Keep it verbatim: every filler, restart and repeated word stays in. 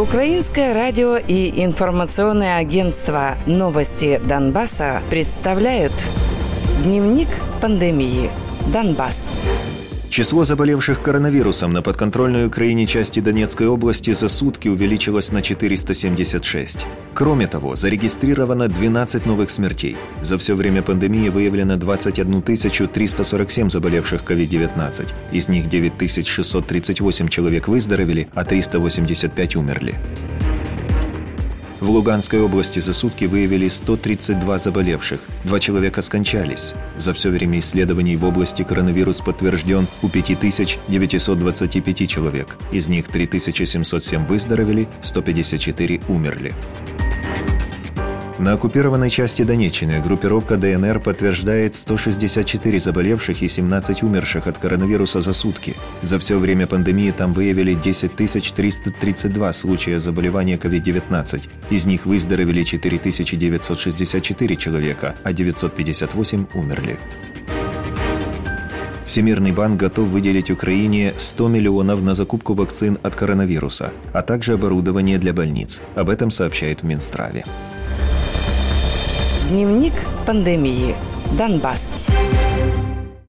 Украинское радио и информационное агентство «Новости Донбасса» представляют Дневник пандемии. Донбасс. Число заболевших коронавирусом на подконтрольной Украине части Донецкой области за сутки увеличилось на четыреста семьдесят шесть. Кроме того, зарегистрировано двенадцать новых смертей. За все время пандемии выявлено двадцать одну тысячу триста сорок семь заболевших ковид девятнадцать. Из них девять тысяч шестьсот тридцать восемь человек выздоровели, а триста восемьдесят пять умерли. В Луганской области за сутки выявили сто тридцать два заболевших. Два человека скончались. За все время исследований в области коронавирус подтвержден у пять тысяч девятьсот двадцать пять человек. Из них три тысячи семьсот семь выздоровели, сто пятьдесят четыре умерли. На оккупированной части Донеччины группировка ДНР подтверждает сто шестьдесят четыре заболевших и семнадцать умерших от коронавируса за сутки. За все время пандемии там выявили десять тысяч триста тридцать два случая заболевания ковид девятнадцать. Из них выздоровели четыре тысячи девятьсот шестьдесят четыре человека, а девятьсот пятьдесят восемь умерли. Всемирный банк готов выделить Украине сто миллионов на закупку вакцин от коронавируса, а также оборудование для больниц. Об этом сообщает в Минздраве. Дневник пандемии. Донбасс.